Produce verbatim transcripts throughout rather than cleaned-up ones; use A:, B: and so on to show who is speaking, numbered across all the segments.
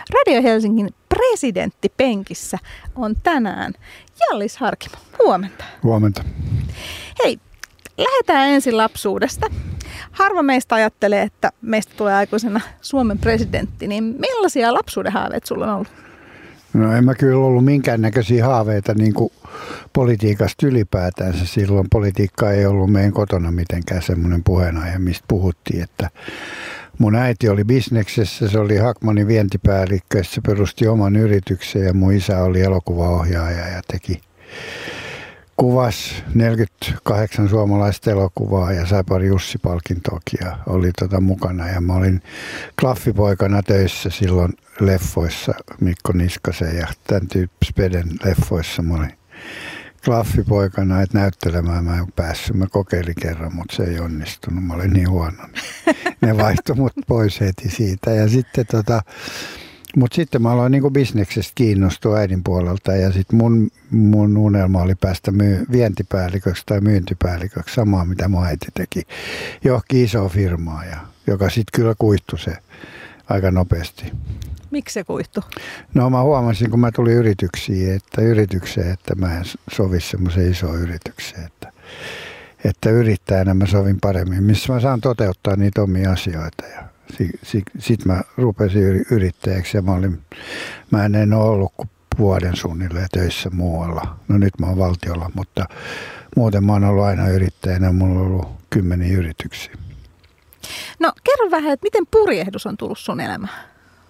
A: Radio Helsingin presidenttipenkissä on tänään Hjallis Harkimo. Huomenta.
B: Huomenta.
A: Hei, lähdetään ensin lapsuudesta. Harva meistä ajattelee, että meistä tulee aikuisena Suomen presidentti, niin millaisia lapsuuden haaveita sulla on ollut?
B: No en mä kyllä ollut minkäännäköisiä haaveita niin kuin politiikasta ylipäätänsä. Silloin politiikka ei ollut meidän kotona mitenkään semmoinen puheenaihe, mistä puhuttiin. Että mun äiti oli bisneksessä, se oli Hackmanin vientipäällikkö, se perusti oman yrityksen ja mun isä oli elokuvaohjaaja ja teki kuvas neljäkymmentäkahdeksan suomalaista elokuvaa ja sai pari Jussi-palkintoakin ja oli tota mukana. Ja mä olin klaffipoikana töissä silloin leffoissa, Mikko Niskasen ja tämän tyyppis Speden leffoissa. Mä olin klaffipoikana, että näyttelemään mä en päässyt. Mä kokeilin kerran, mutta se ei onnistunut. Mä olin niin huono. Ne vaihtoi mut pois heti siitä. Ja sitten tota... Mutta sitten mä aloin niinku bisneksestä kiinnostua äidin puolelta ja sitten mun, mun unelma oli päästä myy- vientipäälliköksi tai myyntipäälliköksi, samaa mitä mun äiti teki, johonkin isoa firmaa, ja, joka sitten kyllä kuihtui se aika nopeasti.
A: Miksi se kuihtui?
B: No mä huomasin, kun mä tulin yrityksiin, että yritykseen, että mä en sovi semmoiseen isoon yritykseen, että, että yrittäjänä mä sovin paremmin, missä mä saan toteuttaa niitä omia asioita. Ja sitten mä rupesin yrittäjäksi ja mä, olin, mä en en ole ollut kuin vuoden suunnilleen töissä muualla. No nyt mä oon valtiolla, mutta muuten mä oon ollut aina yrittäjänä. Mulla on ollut kymmeniä yrityksiä.
A: No kerro vähän, että miten purjehdus on tullut sun elämään?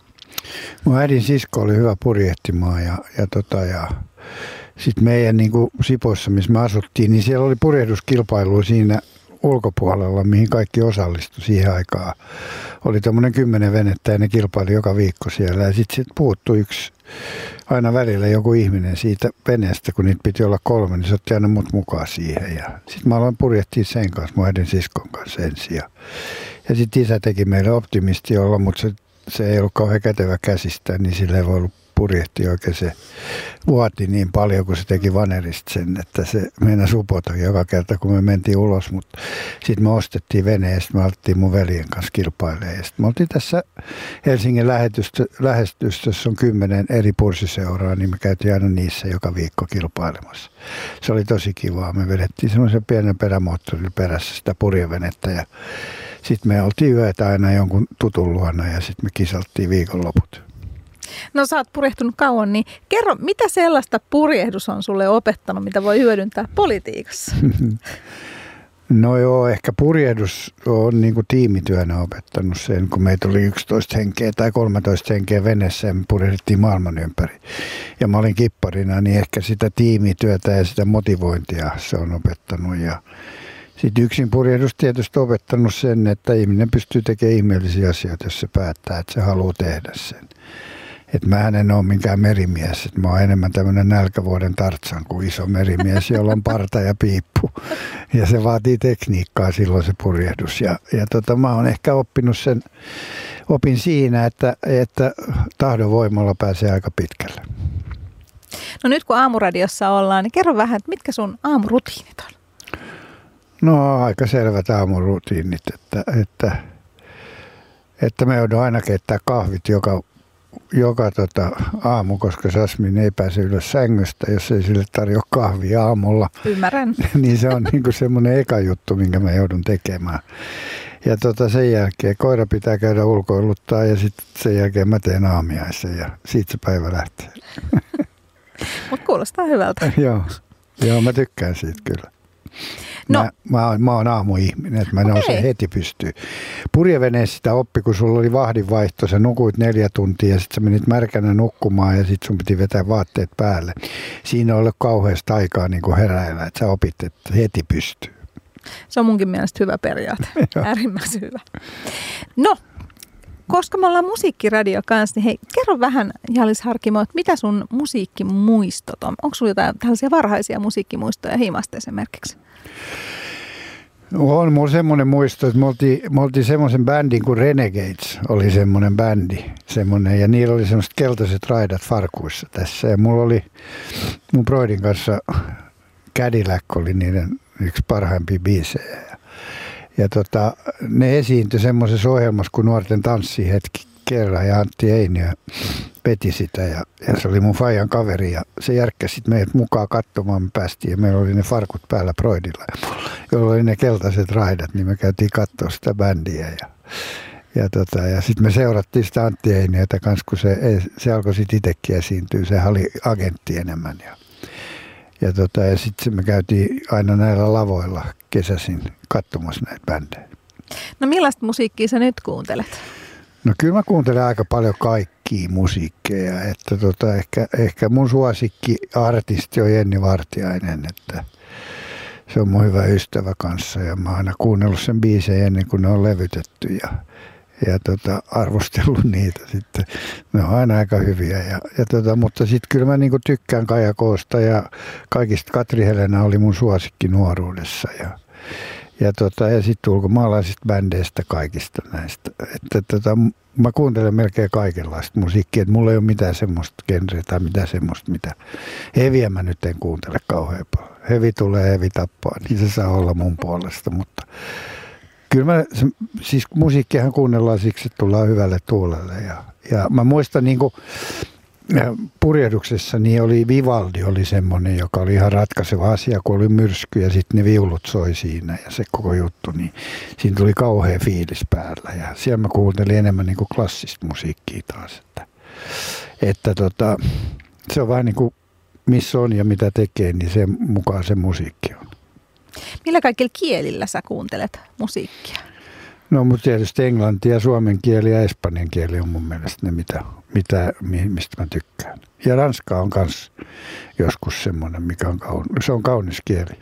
B: Mun äidin sisko oli hyvä purjehtimaan ja, ja, tota, ja sitten meidän niin kuin Sipossa, missä me asuttiin, niin siellä oli purjehduskilpailu siinä ulkopuolella, mihin kaikki osallistui siihen aikaan. Oli tämmöinen kymmenen venettä ja ne kilpaili joka viikko siellä. Ja sitten sit puuttui yksi, aina välillä joku ihminen siitä veneestä, kun niitä piti olla kolme, niin se otti aina mut mukaan siihen. Ja sitten mä aloin purjehtia sen kanssa, mun äidin siskon kanssa ensin. Ja, ja sitten isä teki meille optimisti olla, mutta se, se ei ollut kauhean kätevä käsistään, niin sillä ei voi ollut purjehti oikein, se vuoti niin paljon, kun se teki vanerista sen, että se meinasi upota joka kerta, kun me mentiin ulos, mutta sitten me ostettiin vene ja sitten me alettiin mun veljen kanssa kilpailemaan. Ja sitten me oltiin tässä Helsingin lähestystössä on kymmenen eri pursiseuraa, niin me käytiin aina niissä joka viikko kilpailemassa. Se oli tosi kivaa. Me vedettiin semmoisen pienen perämoottorin perässä sitä purjevenettä ja sitten me oltiin yötä aina jonkun tutun luona ja sitten me kisalttiin viikonloput.
A: No sä oot purjehtunut kauan, niin kerro, mitä sellaista purjehdus on sulle opettanut, mitä voi hyödyntää politiikassa?
B: No joo, ehkä purjehdus on niin kuin tiimityönä opettanut sen, kun meitä oli yksitoista henkeä tai kolmetoista henkeä veneessä ja me purjehdittiin maailman ympäri. Ja mä olin kipparina, niin ehkä sitä tiimityötä ja sitä motivointia se on opettanut. Ja sitten yksin purjehdus tietysti opettanut sen, että ihminen pystyy tekemään ihmeellisiä asioita, jos se päättää, että se haluaa tehdä sen. Että mä en ole minkään merimies, että mä oon enemmän tämmöinen nälkävuoden Tartsan kuin iso merimies, jolla on parta ja piippu. Ja se vaatii tekniikkaa silloin se purjehdus. Ja, ja tota, mä oon ehkä oppinut sen, opin siinä, että, että tahdonvoimalla pääsee aika pitkälle.
A: No nyt kun Aamuradiossa ollaan, niin kerro vähän, että mitkä sun aamurutiinit on?
B: No aika selvät aamurutiinit, että, että, että me joudun aina keittää kahvit joka joka tota, aamu, koska Jasmin ei pääse ylös sängystä, jos ei sille tarjoa kahvia aamulla.
A: Ymmärrän.
B: Niin se on niinku semmoinen eka juttu, minkä mä joudun tekemään. Ja tota, sen jälkeen koira pitää käydä ulkoiluttaa ja sitten sen jälkeen mä teen aamiaisen ja siitä se päivä lähtee.
A: Mutta kuulostaa hyvältä.
B: Joo. Joo, mä tykkään siitä kyllä. No. Mä, mä, oon, mä oon aamuihminen, että mä okay. nousen heti pystyyn. Purjeveneessä sitä oppi, kun sulla oli vahdinvaihto, sä nukuit neljä tuntia ja sitten sä menit märkänä nukkumaan ja sitten sun piti vetää vaatteet päälle. Siinä ei ole kauheasta aikaa niin kuin heräillä, että sä opit, että heti pystyy.
A: Se on munkin mielestä hyvä periaate. Äärimmäisen hyvä. No, koska me ollaan musiikkiradio kanssa, niin hei, kerro vähän Hjallis Harkimo, että mitä sun musiikkimuistot on? Onko sulla jotain tällaisia varhaisia musiikkimuistoja himasta esimerkiksi?
B: On mulla semmoinen muisto, että me oltiin, me oltiin semmoisen bändin kuin Renegades, oli semmoinen bändi, semmoinen, ja niillä oli semmoiset keltaiset raidat farkuissa tässä. Ja mulla oli mun broidin kanssa Cadillac oli niiden yksi parhaimpia biisejä. Ja, ja tota, ne esiintyi semmoisessa ohjelmassa kuin Nuorten tanssihetki kerran, ja Antti Einiö veti sitä ja, ja se oli mun faijan kaveri ja se järkkäsi sit meidät mukaan katsomaan, me päästiin ja meillä oli ne farkut päällä Broidilla, jolla oli ne keltaiset raidat, niin me käytiin katsoa sitä bändiä ja, ja, tota, ja sitten me seurattiin sitä Antti Einiötä kanssa, kun se, se alkoi sitten itsekin esiintyä, sehän oli agentti enemmän ja, ja, tota, ja sitten me käytiin aina näillä lavoilla kesäisin katsomassa näitä bändejä.
A: No millaista musiikkia sä nyt kuuntelet?
B: No kyllä mä kuuntelen aika paljon kaikkia musiikkeja, että tota, ehkä, ehkä mun suosikki-artisti on Jenni Vartiainen, että se on mun hyvä ystävä kanssa ja mä oon aina kuunnellut sen biisejä ennen kuin ne on levytetty ja, ja tota, arvostellut niitä sitten. Ne on aina aika hyviä, ja, ja tota, mutta sitten kyllä mä niinku tykkään Kaija Koosta ja kaikista Katri Helena oli mun suosikki nuoruudessa ja Ja, tota, ja sitten ulkomaalaisista bändeistä kaikista näistä. Että, tota, mä kuuntelen melkein kaikenlaista musiikkia. Et mulla ei ole mitään semmoista genreä tai mitään semmoista, mitä heviä mä nyt en kuuntele kauhean paljon. Hevi tulee, hevi tappaa, niin se saa olla mun puolesta. Mutta kyllä mä, siis musiikkiahan kuunnellaan siksi, että tullaan hyvälle tuulelle. Ja, ja mä muistan niinku purjehduksessa niin oli Vivaldi oli semmoinen, joka oli ihan ratkaiseva asia, kun oli myrsky ja sitten ne viulut soi siinä ja se koko juttu, niin siinä tuli kauhea fiilis päällä ja siellä mä kuuntelin enemmän niin kuin klassista musiikkia taas, että, että tota, se on vähän niin kuin missä on ja mitä tekee, niin sen mukaan se musiikki on.
A: Millä kaikilla kielillä sä kuuntelet musiikkia?
B: No mutta tietysti englanti ja suomen kieli ja espanjan kieli on mun mielestä ne, mitä, mitä, mistä mä tykkään. Ja ranska on myös joskus semmoinen, mikä on kaunis, se on kaunis kieli.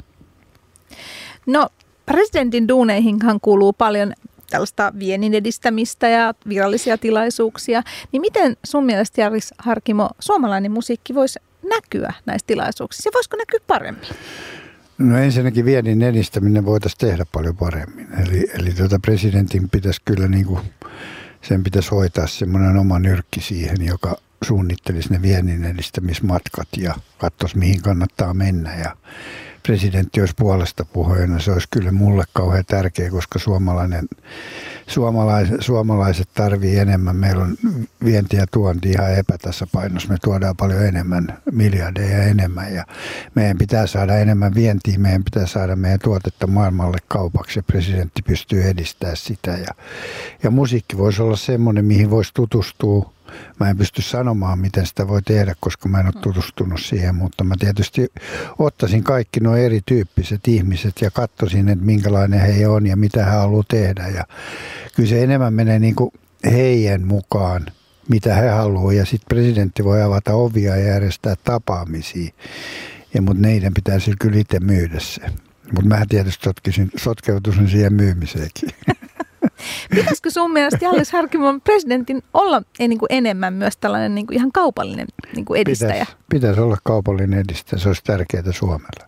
A: No presidentin duuneihinhan kuuluu paljon tällaista viennin edistämistä ja virallisia tilaisuuksia. Niin miten sun mielestä, Jalis Harkimo, suomalainen musiikki voisi näkyä näissä tilaisuuksissa ja voisiko näkyä paremmin?
B: No ensinnäkin viennin edistäminen voitaisiin tehdä paljon paremmin. Eli, eli tuota presidentin pitäisi kyllä, niin kuin, sen pitäisi hoitaa semmoinen oma nyrkki siihen, joka suunnittelisi ne viennin edistämismatkat ja katsoisi mihin kannattaa mennä. Ja presidentti olisi puolesta puhujana, se olisi kyllä mulle kauhean tärkeä, koska suomalainen, suomalaiset, suomalaiset tarvii enemmän. Meillä on vienti ja tuonti ihan epätasapainossa. Me tuodaan paljon enemmän, miljardeja enemmän ja meidän pitää saada enemmän vientiä. Meidän pitää saada meidän tuotetta maailmalle kaupaksi ja presidentti pystyy edistämään sitä. Ja, ja musiikki voisi olla semmoinen, mihin voisi tutustua. Mä en pysty sanomaan, miten sitä voi tehdä, koska mä en ole tutustunut siihen, mutta mä tietysti ottaisin kaikki nuo erityyppiset ihmiset ja katsoisin, että minkälainen he on ja mitä he haluaa tehdä. Ja kyllä se enemmän menee niin kuin heidän mukaan, mitä he haluaa. Ja sitten presidentti voi avata ovia ja järjestää tapaamisia, ja, mutta neiden pitäisi kyllä itse myydä se. Mutta mä tietysti sotkeutuisin siihen myymiseenkin.
A: Pitäisikö sun mielestä Jalis Harkimon presidentin olla niin kuin enemmän myös tällainen niin kuin ihan kaupallinen niin kuin edistäjä?
B: Pitäisi, pitäisi olla kaupallinen edistäjä, se olisi tärkeää Suomelle.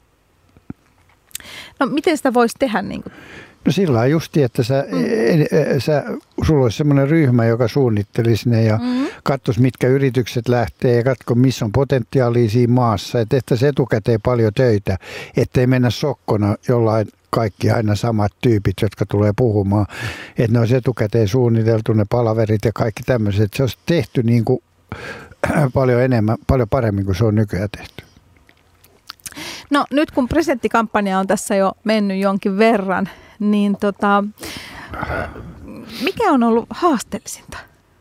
A: No miten sitä voisi tehdä? Niin kuin?
B: No sillä lailla justi, että sä, mm. sä, sulla olisi semmoinen ryhmä, joka suunnittelisi ne ja mm. katsoisi, mitkä yritykset lähtee ja katso, missä on potentiaalia siinä maassa. Ja tehtäisiin etukäteen paljon töitä, ettei mennä sokkona jollain kaikki aina samat tyypit, jotka tulee puhumaan. Että ne olisi etukäteen suunniteltu, ne palaverit ja kaikki tämmöiset. Se olisi tehty niin kuin paljon enemmän, paljon paremmin kuin se on nykyään tehty.
A: No nyt kun presidenttikampanja on tässä jo mennyt jonkin verran, niin tota, mikä on ollut haasteellisinta?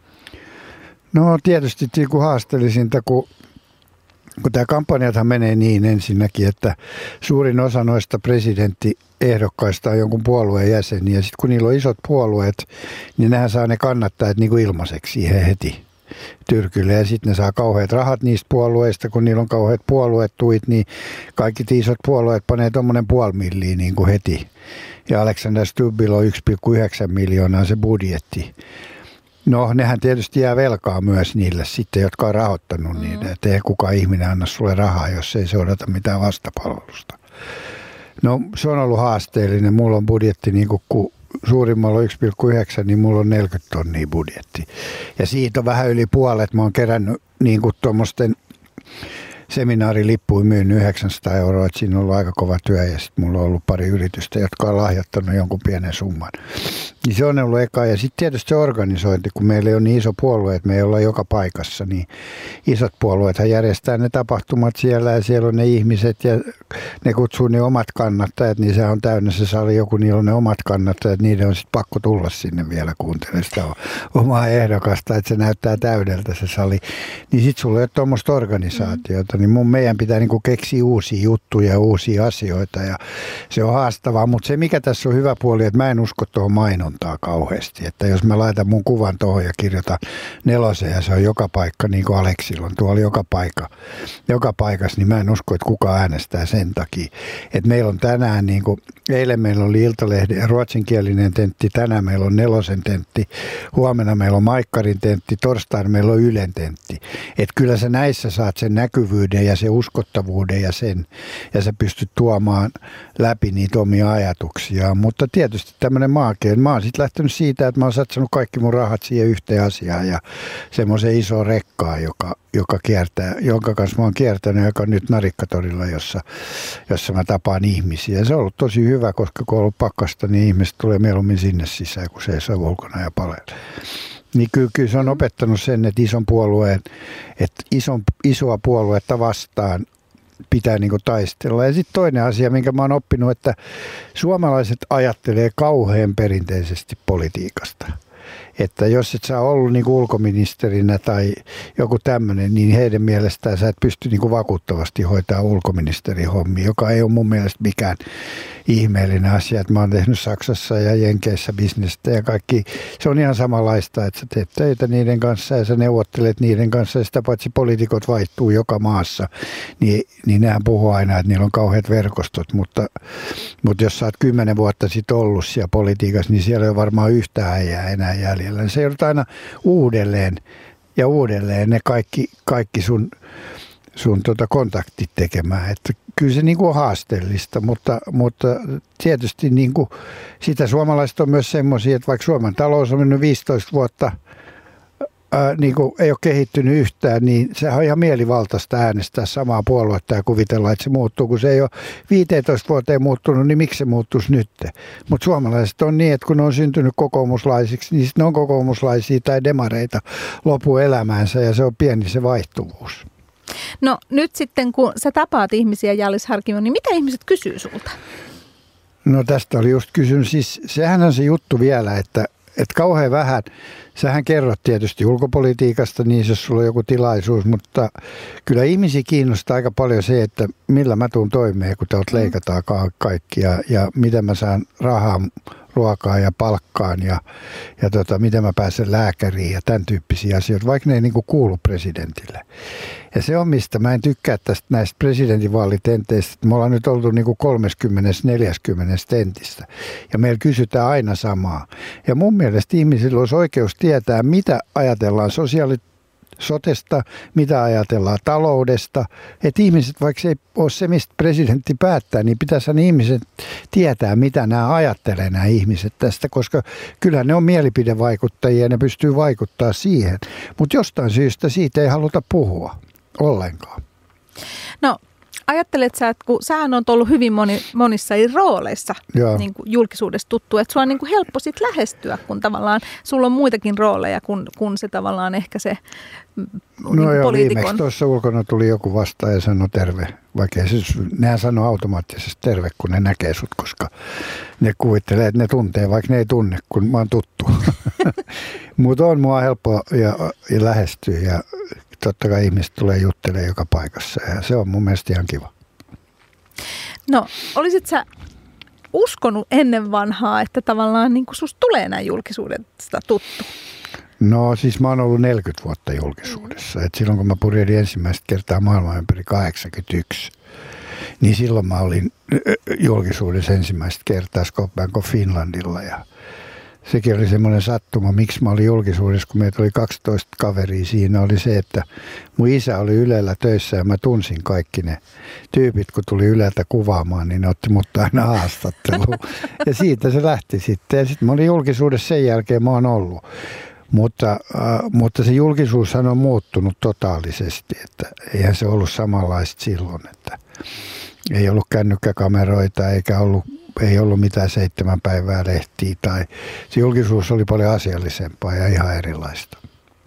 B: No tietysti niin kuin haasteellisinta, kun, kun tämä kampanjathan menee niin ensinnäkin, että suurin osa noista presidenttiehdokkaista on jonkun puolueen jäseniä. Ja sitten kun niillä on isot puolueet, niin nehän saa ne kannattajat niin kuin ilmaiseksi siihen heti tyrkylle. Ja sitten ne saa kauheat rahat niistä puolueista, kun niillä on kauheat puoluetuit, niin kaikki isot puolueet panee tuommoinen puoli milliä niin kuin heti. Ja Alexander Stubbilla on yksi pilkku yhdeksän miljoonaa se budjetti. No, nehän tietysti jää velkaa myös niille sitten, jotka on rahoittanut mm. niitä. Että ei kukaan ihminen anna sulle rahaa, jos ei se odota mitään vastapalvelusta. No, se on ollut haasteellinen. Mulla on budjetti, niin kuin kun suurimmalla on yksi pilkku yhdeksän, niin mulla on neljäkymmentä tonnia budjetti. Ja siitä on vähän yli puolet. Mä oon kerännyt niin kuin tuommoisten seminaarilippuja myynyt yhdeksänsataa euroa, että siinä on ollut aika kova työ ja sitten mulla on ollut pari yritystä, jotka on lahjoittanut jonkun pienen summan. Niin se on ollut eka ja sitten tietysti se organisointi, kun meillä ei ole niin iso puolue, että me ei olla joka paikassa, niin isot puolueethan järjestää ne tapahtumat siellä ja siellä on ne ihmiset ja ne kutsuu ne omat kannattajat, niin se on täynnä se sali, joku niillä on ne omat kannattajat, niiden on sitten pakko tulla sinne vielä kuuntelemaan sitä omaa ehdokasta, että se näyttää täydeltä se sali. Niin sitten sulla ei ole tuommoista organisaatiota, mm. niin mun meidän pitää niinku keksiä uusia juttuja ja uusia asioita ja se on haastavaa, mutta se mikä tässä on hyvä puoli, että mä en usko tuohon mainontaa kauheasti, että jos mä laitan mun kuvan tuohon ja kirjoitan nelosen ja se on joka paikka, niin kuin Aleksilla on tuolla joka paikka, joka paikassa, niin mä en usko, että kuka äänestää sen takia. Että meillä on tänään, niin kuin eilen meillä oli Iltalehden ruotsinkielinen tentti, tänään meillä on nelosen tentti, huomenna meillä on Maikkarin tentti, torstaina meillä on Ylen tentti. Että kyllä sä näissä saat sen näkyvyyden ja sen uskottavuuden ja sen, ja sä pystyt tuomaan läpi niitä omia ajatuksia. Mutta tietysti tämmöinen maakeen, mä oon sitten lähtenyt siitä, että mä oon satsannut kaikki mun rahat siihen yhteen asiaan ja semmoisen iso rekkaan, joka, joka kiertää, jonka kanssa mä oon kiertänyt, joka on nyt Narikkatorilla, jossa, jossa mä tapaan ihmisiä. Se on ollut tosi hyvä, koska kun on ollut pakkasta, niin ihmiset tulee mieluummin sinne sisään, kun se ei saa ulkona ja paleella. Niin kyllä, kyllä se on opettanut sen, että ison puolueen, että ison, isoa puoluetta vastaan pitää niin kuin taistella. Ja sitten toinen asia, minkä mä oon oppinut, että suomalaiset ajattelee kauhean perinteisesti politiikasta. Että jos et sä ollut niin kuin ulkoministerinä tai joku tämmöinen, niin heidän mielestään sä et pysty niin kuin vakuuttavasti hoitaa ulkoministerin hommia, joka ei ole mun mielestä mikään ihmeellinen asia. Että mä oon tehnyt Saksassa ja Jenkeissä bisnestä ja kaikki. Se on ihan samanlaista, että sä teet töitä niiden kanssa ja sä neuvottelet niiden kanssa ja sitä paitsi poliitikot vaihtuu joka maassa. Niin, niin nehän puhuu aina, että niillä on kauheat verkostot, mutta, mutta jos sä oot kymmenen vuotta sitten ollut siellä politiikassa, niin siellä ei ole varmaan yhtään äijää enää jäljellä. Se joudut aina uudelleen ja uudelleen ne kaikki, kaikki sun, sun tota kontaktit tekemään. Että kyllä se niin kuin on haasteellista, mutta, mutta tietysti niin kuin sitä suomalaiset on myös semmoisia, että vaikka Suomen talous on mennyt viisitoista vuotta, ää, niin kuin ei ole kehittynyt yhtään, niin sehän on ihan mielivaltaista äänestää samaa puoluetta ja kuvitella, että se muuttuu. Kun se ei ole viisitoista vuoteen muuttunut, niin miksi se muuttuisi nyt? Mutta suomalaiset on niin, että kun ne on syntynyt kokoomuslaisiksi, niin ne on kokoomuslaisia tai demareita lopuelämäänsä ja se on pieni se vaihtuvuus.
A: No nyt sitten, kun sä tapaat ihmisiä, Hjallis Harkimo, niin mitä ihmiset kysyy sulta?
B: No tästä oli just kysynyt. Siis sehän on se juttu vielä, että Että kauhean vähän, sähän kerrot tietysti ulkopolitiikasta, niin jos sulla on joku tilaisuus, mutta kyllä ihmisiä kiinnostaa aika paljon se, että millä mä tuun toimeen, kun täältä leikataan kaikki ja, ja miten mä saan rahaa, ruokaa ja palkkaan ja, ja tota, miten mä pääsen lääkäriin ja tämän tyyppisiä asioita, vaikka ne ei niin kuin kuulu presidentille. Ja se on, mistä mä en tykkää tästä näistä presidentinvaalitenteistä, että me ollaan nyt oltu niin kuin kolmekymmentä neljäkymmentä tentistä ja meillä kysytään aina samaa. Ja mun mielestä ihmisillä olisi oikeus tietää, mitä ajatellaan sosiaali sotesta, mitä ajatellaan taloudesta. Että ihmiset, vaikka se ei ole se, mistä presidentti päättää, niin pitäisi ihmiset tietää, mitä nämä ajattelee nämä ihmiset tästä, koska kyllä ne on mielipidevaikuttajia ja ne pystyy vaikuttaa siihen. Mutta jostain syystä siitä ei haluta puhua ollenkaan.
A: No, ajattelet sä, että kun sähän on ollut hyvin moni, monissa eri rooleissa niin kuin julkisuudessa tuttu, että sua on niin kuin helppo sit lähestyä, kun tavallaan sulla on muitakin rooleja kuin, kuin se tavallaan ehkä se
B: no
A: niin
B: joo,
A: poliitikon.
B: Viimeksi tuossa ulkona tuli joku vastaan ja sanoi terve, vaikka se, nehän sanoo automaattisesti terve, kun ne näkee sut, koska ne kuvittelee, että ne tuntee, vaikka ne ei tunne, kun mä oon tuttu. Mutta on mua helppo ja, ja lähestyä ja totta kai ihmiset tulee juttelemaan joka paikassa ja se on mun mielestä ihan kiva.
A: No, olisit sä uskonut ennen vanhaa, että tavallaan niin kuin susta tulee näin julkisuudesta tuttu?
B: No siis mä oon ollut neljäkymmentä vuotta julkisuudessa. Et silloin kun mä purjehdin ensimmäistä kertaa maailman ympäri kahdeksankymmentäyksi, niin silloin mä olin julkisuudessa ensimmäistä kertaa Scott Bank of Finlandilla ja sekin oli semmoinen sattuma, miksi mä olin julkisuudessa, kun meitä oli kaksitoista kaveria. Siinä oli se, että mun isä oli Ylellä töissä ja mä tunsin kaikki ne tyypit, kun tuli Yleltä kuvaamaan, niin ne otti mut aina haastatteluun. Ja siitä se lähti sitten. Ja sitten mä olin julkisuudessa sen jälkeen, mä oon ollut. Mutta, äh, mutta se julkisuushan on muuttunut totaalisesti, että eihän se ollut samanlaista silloin, että ei ollut kännykkäkameroita eikä ollut, ei ollut mitään seitsemän päivää lehtiä tai se julkisuus oli paljon asiallisempaa ja ihan erilaista.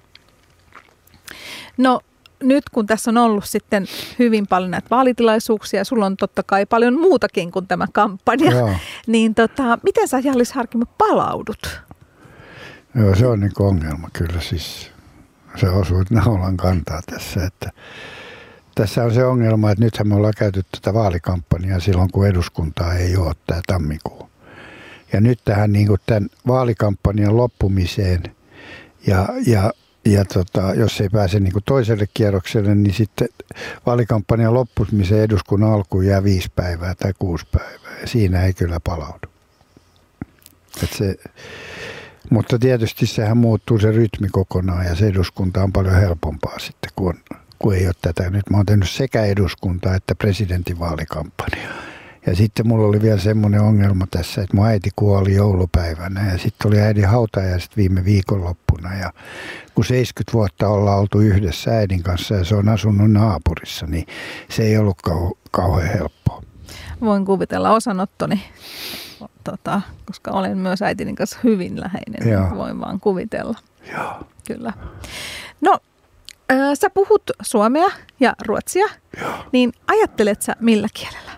A: No nyt kun tässä on ollut sitten hyvin paljon näitä vaalitilaisuuksia, sulla on totta kai paljon muutakin kuin tämä kampanja, Joo. niin tota, miten sä Hjallis Harkimo palaudut?
B: Joo, se on niin kuin ongelma kyllä siis. Se osuu naulan kantaa tässä, että tässä on se ongelma, että nythän me ollaan käyty tätä vaalikampanjaa silloin, kun eduskuntaa ei ole tämä tammikuu. Ja nyt tähän niin kuin tämän vaalikampanjan loppumiseen ja, ja, ja tota, jos ei pääse niin kuin toiselle kierrokselle, niin sitten vaalikampanjan loppumiseen eduskunnan alkuun jää viisi päivää tai kuusi päivää. Ja siinä ei kyllä palaudu. Että se, mutta tietysti sehän muuttuu se rytmi kokonaan ja se eduskunta on paljon helpompaa sitten, kun, on, kun ei ole tätä. Nyt mä oon tehnyt sekä eduskuntaa että presidentinvaalikampanja. Ja sitten mulla oli vielä semmoinen ongelma tässä, että mun äiti kuoli joulupäivänä ja sitten oli äidin hautajaiset viime viikonloppuna. Ja kun seitsemänkymmentä vuotta ollaan oltu yhdessä äidin kanssa ja se on asunut naapurissa, niin se ei ollut kau- kauhean helppoa.
A: Voin kuvitella osanottoni. Tota, koska olen myös äitini kanssa hyvin läheinen, Joo. voin vaan kuvitella.
B: Joo.
A: Kyllä. No, äh, sä puhut suomea ja ruotsia, Joo. niin ajattelet sä millä kielellä?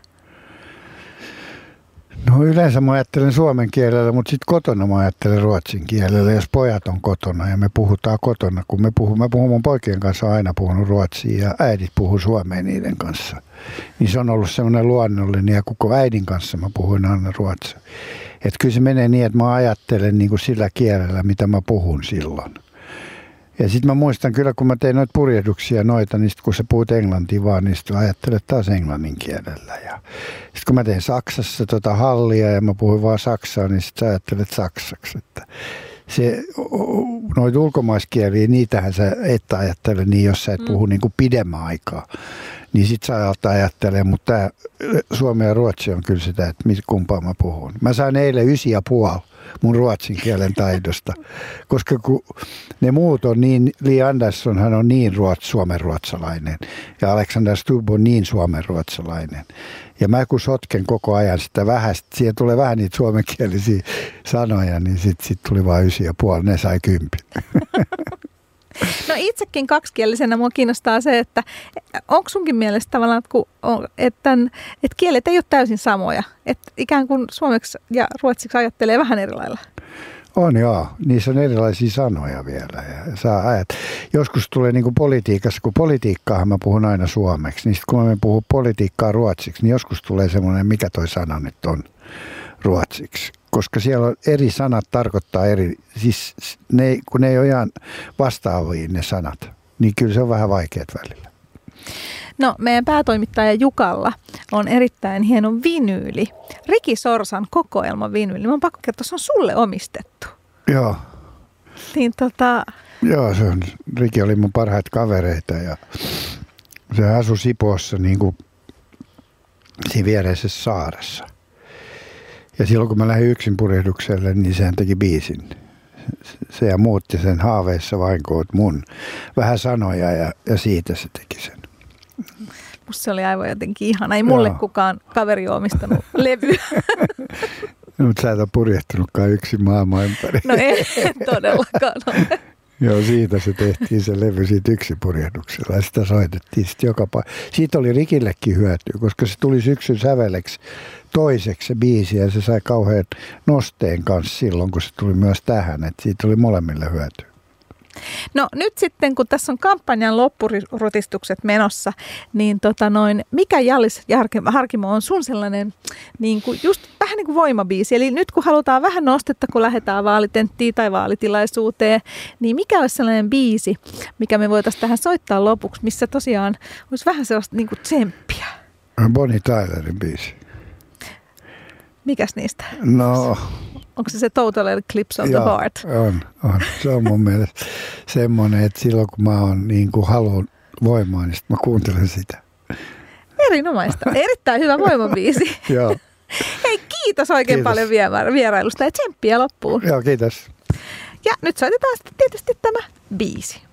B: No yleensä mä ajattelen suomen kielellä, mutta sitten kotona mä ajattelen ruotsin kielellä, jos pojat on kotona ja me puhutaan kotona. Kun me puhun, mä puhun mun poikien kanssa aina puhunut ruotsia ja äidit puhuu suomea niiden kanssa. Niin se on ollut semmoinen luonnollinen ja koko äidin kanssa mä puhuin aina ruotsia. Että kyllä se menee niin, että mä ajattelen niin kuin sillä kielellä, mitä mä puhun silloin. Ja sitten mä muistan kyllä, kun mä tein noita purjehduksia noita, niin sit kun sä puhut englantia vaan, niin sitten ajattelet taas englannin kielellä. Ja sitten kun mä tein Saksassa tota hallia ja mä puhuin vaan saksaa, niin sitten sä ajattelet saksaksi. Että se, noita ulkomaiskieliä, niitähän sä et ajattele niin, jos sä et puhu niin kuin pidemmän aikaa. Niin sit sä ajattelee, mutta tää suomi ja ruotsi on kyllä sitä, että kumpaa mä puhun. Mä sain eilen ysi ja puoli mun ruotsin kielen taidosta, koska kun ne muut on niin, Li Andersson hän on niin ruots, suomenruotsalainen ja Alexander Stubb on niin suomenruotsalainen. Ja mä kun sotken koko ajan sitä vähän, siihen tulee vähän niitä suomenkielisiä sanoja, niin sit, sit tuli vaan ysi ja puoli, ne sai kympi.
A: No itsekin kaksikielisenä mua kiinnostaa se, että onko sunkin mielestä tavallaan, että, että kielet ei ole täysin samoja, että ikään kuin suomeksi ja ruotsiksi ajattelee vähän eri lailla?
B: On joo, niissä on erilaisia sanoja vielä. Ja saa ajat. Joskus tulee niin kuin politiikassa, kun politiikkaahan mä puhun aina suomeksi, niin kun mä puhun politiikkaa ruotsiksi, niin joskus tulee semmoinen, mikä toi sana nyt on ruotsiksi. Koska siellä on eri sanat tarkoittaa eri, siis ne, kun ne ei ole ihan vastaavia ne sanat, niin kyllä se on vähän vaikeat välillä.
A: No meidän päätoimittaja Jukalla on erittäin hieno vinyyli, Riki Sorsan kokoelma vinyyli. Mä oon pakko kertoa, se on sulle omistettu.
B: Joo.
A: Niin tota...
B: Joo, se on, Riki oli mun parhaita kavereita ja se asui Sipoossa niin kuin siinä viereisessä saaressa. Ja silloin kun mä lähdin yksin purjehdukselle, niin sehän teki biisin. Se ja muutti sen haaveissa vain koot mun vähän sanoja ja, ja siitä se teki sen.
A: Musta se oli aivan jotenkin ihana. Ei mulle Joo. kukaan kaveri ole omistanut levyä.
B: No, mutta sä et ole purjehtunutkaan yksin maailman ympäri.
A: No ei todellakaan ole.
B: Joo, siitä se tehtiin se levy siitä yksipurjehduksella ja sitä soitettiin sitten joka paikka. Siitä oli Rikillekin hyötyä, koska se tuli syksyn säveleksi toiseksi se biisi ja se sai kauhean nosteen kanssa silloin, kun se tuli myös tähän, että siitä tuli molemmille hyötyä.
A: No nyt sitten, kun tässä on kampanjan loppurutistukset menossa, niin tota noin, mikä Hjallis Harkimo on sun sellainen niin kuin just vähän niin kuin voimabiisi? Eli nyt kun halutaan vähän nostetta, kun lähdetään vaalitenttiin tai vaalitilaisuuteen, niin mikä olisi sellainen biisi, mikä me voitaisiin tähän soittaa lopuksi, missä tosiaan olisi vähän sellaista niin kuin tsemppiä?
B: Bonnie Tylerin biisi.
A: Mikäs niistä?
B: No...
A: Onko se se Total Eclipse of Joo, the Heart?
B: on, on. Se on mun mielestä semmoinen, että silloin kun mä oon niin kuin haluan voimaa, niin sit mä kuuntelen sitä.
A: Erinomaista. Erittäin hyvä voimabiisi.
B: Joo.
A: Hei, kiitos oikein kiitos. paljon vierailusta ja tsemppiä loppuun.
B: Joo, kiitos.
A: Ja nyt soitetaan sitten tietysti tämä biisi.